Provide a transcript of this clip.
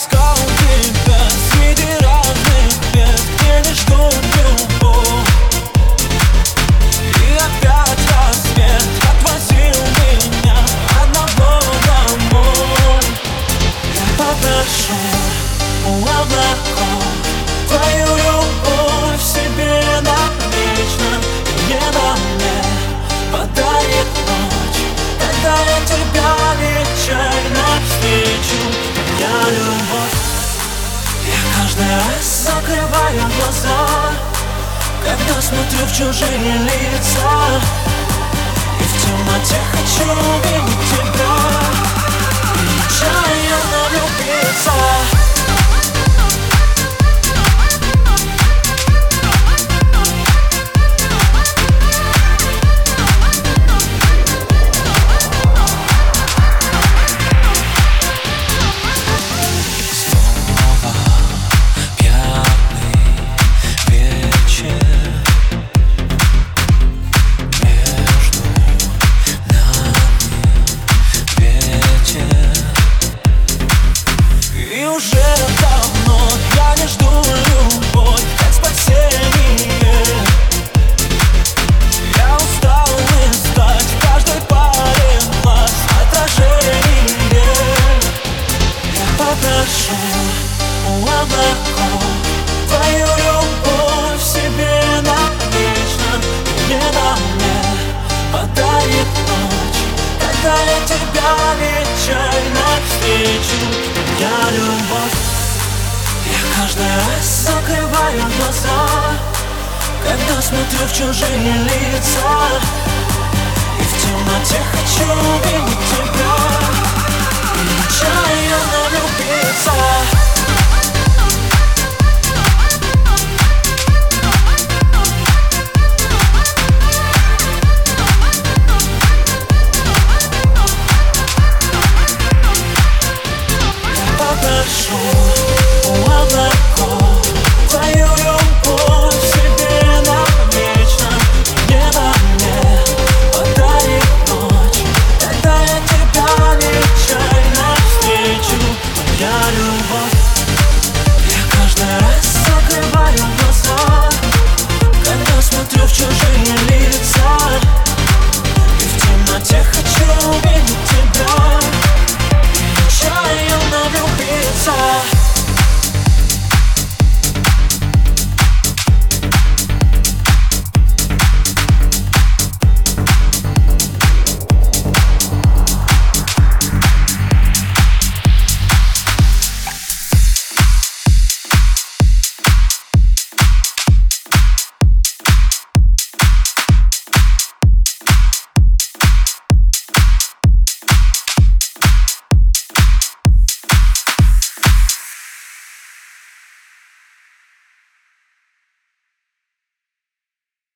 искал тебя среди разных мест, где не ждут любовь. И опять рассвет отвозил меня одного домой. Я попрошу у облаков твою любовь себе навечно, и небо мне подарит ночь, когда я тебя нечаянно встречу. Я любовь. Я каждый раз закрываю глаза, когда смотрю в чужие лица, и в темноте хочу увидеть тебя и нечаянно влюбиться. У облаков твою любовь себе навечно, и небо мне подарит ночь, когда я тебя нечаянно встречу. Я любовь. Я каждый раз закрываю глаза, когда смотрю в чужие лица, и в темноте хочу увидеть тебя и нечаянно влюбиться. Я попрошу